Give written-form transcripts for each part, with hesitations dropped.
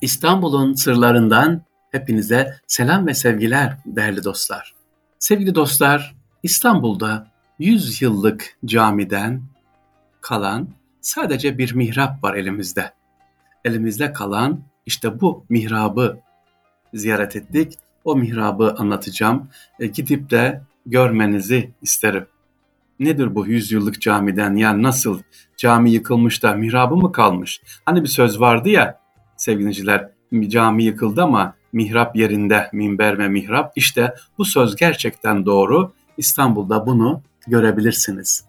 İstanbul'un sırlarından hepinize selam ve sevgiler değerli dostlar. Sevgili dostlar, İstanbul'da 100 yıllık camiden kalan sadece bir mihrap var elimizde. Elimizde kalan işte bu mihrabı ziyaret ettik. O mihrabı anlatacağım. Gidip de görmenizi isterim. Nedir bu 100 yıllık camiden? Yani nasıl cami yıkılmış da mihrabı mı kalmış? Hani bir söz vardı ya sevgili dinleyiciler, cami yıkıldı ama mihrap yerinde, minber ve mihrap. İşte bu söz gerçekten doğru. İstanbul'da bunu görebilirsiniz.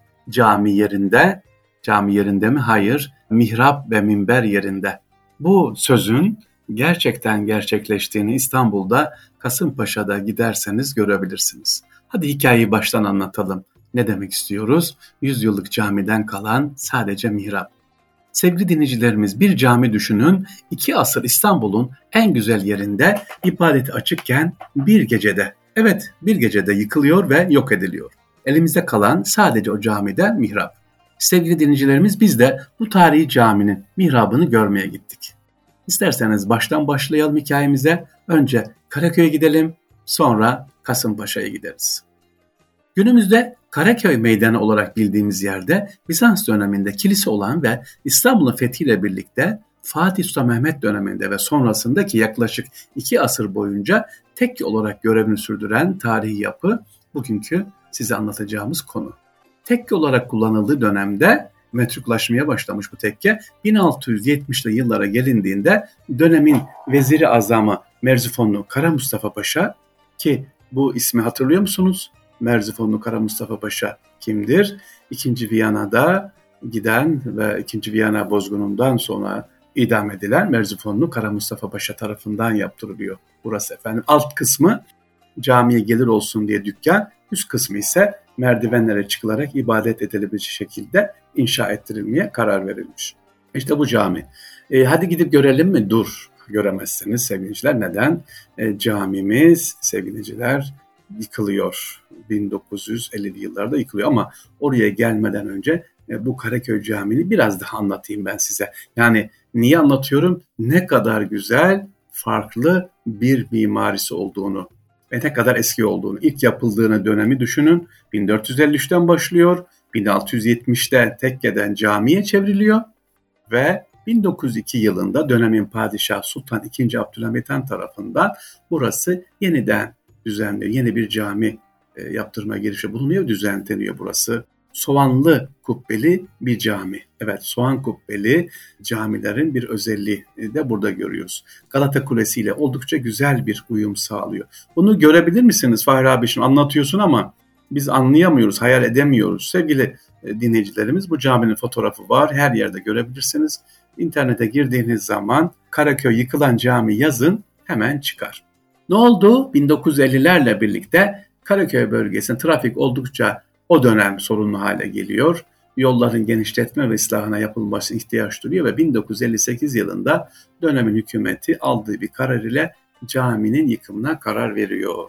Cami yerinde mi? Hayır. Mihrap ve minber yerinde. Bu sözün gerçekten gerçekleştiğini İstanbul'da Kasımpaşa'da giderseniz görebilirsiniz. Hadi hikayeyi baştan anlatalım. Ne demek istiyoruz? 100 yıllık camiden kalan sadece mihrap. Sevgili dinleyicilerimiz, bir cami düşünün, 2 asır İstanbul'un en güzel yerinde ibadeti açıkken bir gecede yıkılıyor ve yok ediliyor. Elimizde kalan sadece o camide mihrap. Sevgili dinleyicilerimiz, biz de bu tarihi caminin mihrabını görmeye gittik. İsterseniz baştan başlayalım hikayemize. Önce Karaköy'e gidelim, sonra Kasımpaşa'ya gideriz. Günümüzde Karaköy Meydanı olarak bildiğimiz yerde Bizans döneminde kilise olan ve İstanbul'un fethiyle birlikte Fatih Sultan Mehmet döneminde ve sonrasındaki yaklaşık 2 asır boyunca tekke olarak görevini sürdüren tarihi yapı bugünkü size anlatacağımız konu. Tekke olarak kullanıldığı dönemde metruklaşmaya başlamış bu tekke. 1670'li yıllara gelindiğinde dönemin Veziri Azamı Merzifonlu Kara Mustafa Paşa, ki bu ismi hatırlıyor musunuz? Merzifonlu Kara Mustafa Paşa kimdir? 2. Viyana'da giden ve 2. Viyana bozgunundan sonra idam edilen Merzifonlu Kara Mustafa Paşa tarafından yaptırılıyor. Burası efendim. Alt kısmı camiye gelir olsun diye dükkan, üst kısmı ise merdivenlere çıkılarak ibadet edilebilecek şekilde inşa ettirilmeye karar verilmiş. İşte bu cami. Hadi gidip görelim mi? Dur. Göremezsiniz sevgiliciler. Neden? Camimiz sevgiliciler yıkılıyor. 1950'li yıllarda yıkılıyor ama oraya gelmeden önce bu Karaköy Camii'ni biraz daha anlatayım ben size. Yani niye anlatıyorum? Ne kadar güzel, farklı bir mimarisi olduğunu ve ne kadar eski olduğunu. İlk yapıldığını dönemi düşünün. 1453'ten başlıyor. 1670'te tekkeden camiye çevriliyor ve 1902 yılında dönemin padişahı Sultan II. Abdülhamit Han tarafından burası yeniden düzenliyor. Yeni bir cami yaptırma girişi bulunuyor, düzenleniyor burası. Soğanlı kubbeli bir cami. Evet, soğan kubbeli camilerin bir özelliği de burada görüyoruz. Galata Kulesi ile oldukça güzel bir uyum sağlıyor. Bunu görebilir misiniz Fahri abi? Şimdi anlatıyorsun ama biz anlayamıyoruz, hayal edemiyoruz. Sevgili dinleyicilerimiz, bu caminin fotoğrafı var. Her yerde görebilirsiniz. İnternete girdiğiniz zaman Karaköy yıkılan cami yazın, hemen çıkar. Ne oldu? 1950'lerle birlikte Karaköy bölgesinde trafik oldukça o dönem sorunlu hale geliyor. Yolların genişletme ve ıslahına yapılması ihtiyaç duyuyor ve 1958 yılında dönemin hükümeti aldığı bir karar ile caminin yıkımına karar veriyor.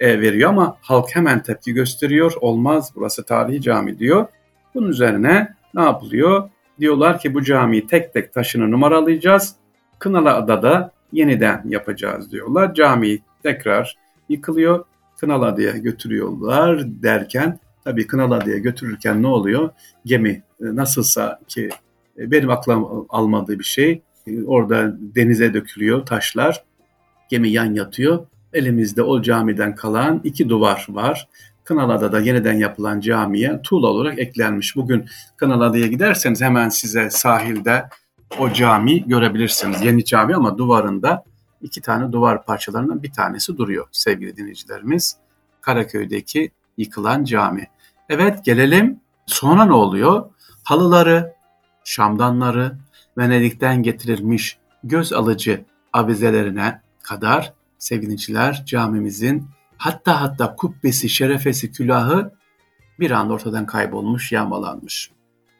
Ama halk hemen tepki gösteriyor. Olmaz, burası tarihi cami diyor. Bunun üzerine ne yapılıyor? Diyorlar ki bu camiyi tek tek taşını numaralayacağız. Kınalıada'da yeniden yapacağız diyorlar. Cami tekrar yıkılıyor. Kınalıada'ya götürüyorlar derken, tabii Kınalıada'ya götürürken ne oluyor? Gemi nasılsa ki benim aklım almadığı bir şey. Orada denize dökülüyor taşlar. Gemi yan yatıyor. Elimizde o camiden kalan 2 duvar var. Kınalıada'da yeniden yapılan camiye tuğla olarak eklenmiş. Bugün Kınalıada'ya giderseniz hemen size sahilde o cami görebilirsiniz. Yeni cami ama duvarında 2 tane duvar parçalarından bir tanesi duruyor sevgili dinleyicilerimiz. Karaköy'deki yıkılan cami. Evet, gelelim. Sonra ne oluyor? Halıları, şamdanları, Venedik'ten getirilmiş göz alıcı avizelerine kadar sevgili dinleyiciler, camimizin hatta kubbesi, şerefesi, külahı bir anda ortadan kaybolmuş, yağmalanmış.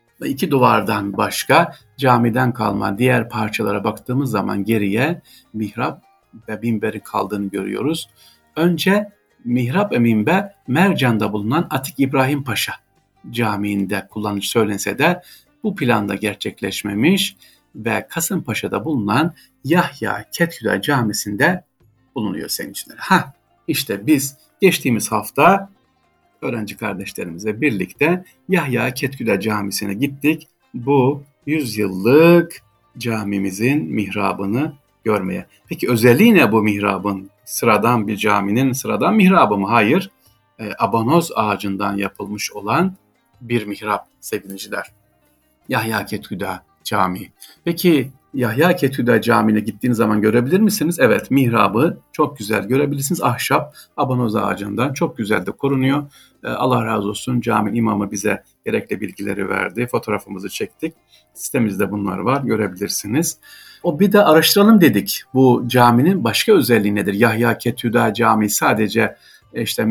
2 duvardan başka camiden kalma diğer parçalara baktığımız zaman geriye mihrap ve minberin kaldığını görüyoruz. Önce mihrap ve minber Mercan'da bulunan Atik İbrahim Paşa Camii'nde kullanılır söylense de bu planda gerçekleşmemiş. ve Kasımpaşa'da bulunan Yahya Kethuda Camisi'nde bulunuyor seyirciler. İşte biz geçtiğimiz hafta öğrenci kardeşlerimizle birlikte Yahya Kethuda Camisi'ne gittik. Bu 100 yıllık camimizin mihrabını görmeye. Peki özelliği ne bu mihrabın? Sıradan bir caminin sıradan mihrabı mı? Hayır. Abanoz ağacından yapılmış olan bir mihrap sevgiliciler. Yahya Kethuda Camii. Peki Yahya Kethuda Camii'ne gittiğiniz zaman görebilir misiniz? Evet, mihrabı çok güzel görebilirsiniz. Ahşap, abanoz ağacından çok güzel de korunuyor. Allah razı olsun, cami imamı bize gerekli bilgileri verdi. Fotoğrafımızı çektik. Sitemizde bunlar var, görebilirsiniz. Bir de araştıralım dedik. Bu caminin başka özelliği nedir? Yahya Kethuda Camii sadece işte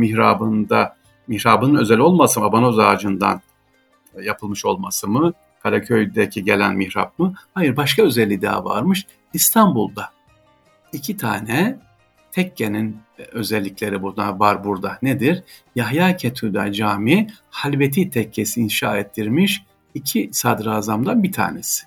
mihrabının özel olması mı, abanoz ağacından yapılmış olması mı? Karaköy'deki gelen mihrap mı? Hayır, başka özelliği daha varmış. İstanbul'da 2 tane tekkenin özellikleri var burada. Nedir? Yahya Kethuda Camii Halveti Tekkesi inşa ettirmiş 2 sadrazamdan bir tanesi.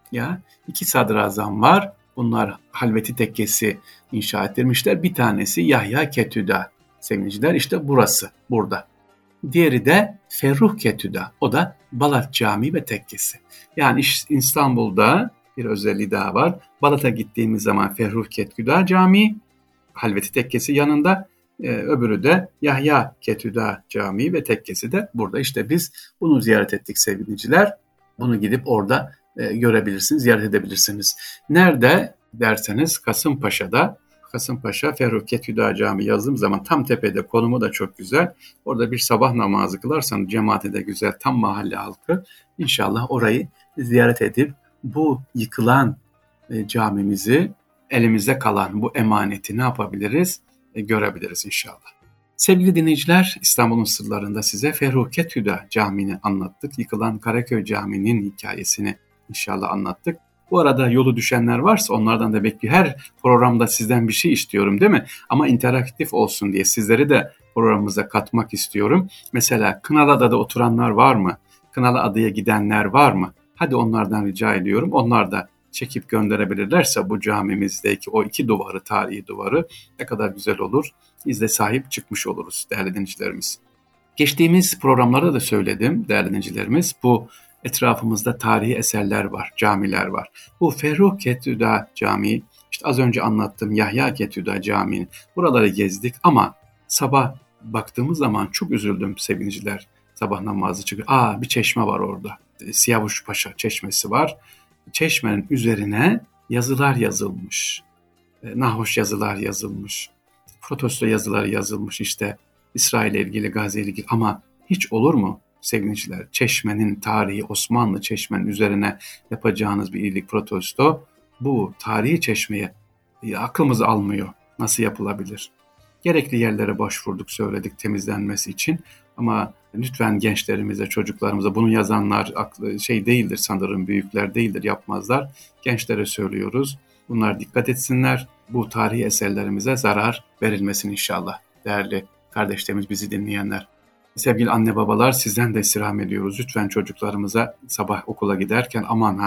2 sadrazam var. Bunlar Halveti Tekkesi inşa ettirmişler. Bir tanesi Yahya Kethuda sevgiliciler. İşte burası, burada. Diğeri de Ferruh Kethuda. O da Balat Camii ve Tekkesi. Yani İstanbul'da bir özelliği daha var. Balat'a gittiğimiz zaman Ferruh Kethuda Camii, Halveti Tekkesi yanında. Öbürü de Yahya Kethuda Camii ve Tekkesi de burada. İşte biz bunu ziyaret ettik sevgiliciler. Bunu gidip orada görebilirsiniz, ziyaret edebilirsiniz. Nerede derseniz Kasımpaşa'da. Kasımpaşa Ferruh Kethuda Camii yazdığım zaman tam tepede, konumu da çok güzel. Orada bir sabah namazı kılarsanız cemaati de güzel, tam mahalle halkı. İnşallah orayı ziyaret edip bu yıkılan camimizi, elimizde kalan bu emaneti ne yapabiliriz? Görebiliriz inşallah. Sevgili dinleyiciler, İstanbul'un sırlarında size Ferruh Kethuda Camii'ni anlattık. Yıkılan Karaköy Camii'nin hikayesini inşallah anlattık. Bu arada yolu düşenler varsa onlardan da bekliyor. Her programda sizden bir şey istiyorum, değil mi? Ama interaktif olsun diye sizleri de programımıza katmak istiyorum. Mesela Kınalıada'da oturanlar var mı? Kınalıada'ya gidenler var mı? Hadi onlardan rica ediyorum. Onlar da çekip gönderebilirlerse bu camimizdeki o 2 duvarı, tarihi duvarı ne kadar güzel olur. Biz de sahip çıkmış oluruz değerli dinleyicilerimiz. Geçtiğimiz programlarda da söyledim değerli dinleyicilerimiz. Bu etrafımızda tarihi eserler var, camiler var. Bu Ferruh Kethuda Camii, işte az önce anlattığım Yahya Kethuda Camii, buraları gezdik ama sabah baktığımız zaman çok üzüldüm sevgiliciler. Sabah namazı çıkıyor. Bir çeşme var orada. Siyavuşpaşa çeşmesi var. Çeşmenin üzerine yazılar yazılmış. Nahoş yazılar yazılmış. Protesto yazıları yazılmış işte İsrail'le ilgili, Gazze ile ilgili ama hiç olur mu? Sevgiliciler, Çeşme'nin tarihi, Osmanlı Çeşme'nin üzerine yapacağınız bir iyilik protesto, bu tarihi Çeşme'ye aklımız almıyor. Nasıl yapılabilir? Gerekli yerlere başvurduk, söyledik temizlenmesi için ama lütfen gençlerimize, çocuklarımıza, bunu yazanlar değildir sanırım, büyükler değildir, yapmazlar. Gençlere söylüyoruz. Bunlar dikkat etsinler. Bu tarihi eserlerimize zarar verilmesin inşallah. Değerli kardeşlerimiz, bizi dinleyenler. Sevgili anne babalar, sizden de istirham ediyoruz. Lütfen çocuklarımıza sabah okula giderken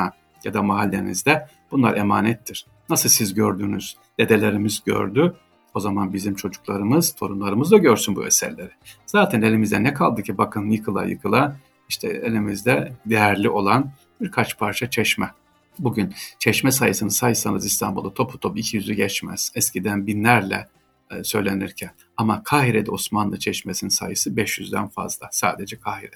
ya da mahallenizde bunlar emanettir. Nasıl siz gördünüz, dedelerimiz gördü. O zaman bizim çocuklarımız, torunlarımız da görsün bu eserleri. Zaten elimizde ne kaldı ki, bakın yıkıla yıkıla işte elimizde değerli olan birkaç parça çeşme. Bugün çeşme sayısını saysanız İstanbul'da topu 200'ü geçmez. Eskiden binlerle söylenirken. Ama Kahire'de Osmanlı Çeşmesi'nin sayısı 500'den fazla. Sadece Kahire'de.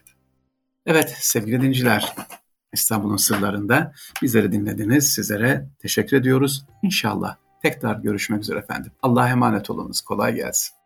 Evet sevgili dinleyiciler, İstanbul'un sırlarında bizleri dinlediniz. Sizlere teşekkür ediyoruz. İnşallah tekrar görüşmek üzere efendim. Allah'a emanet olunuz. Kolay gelsin.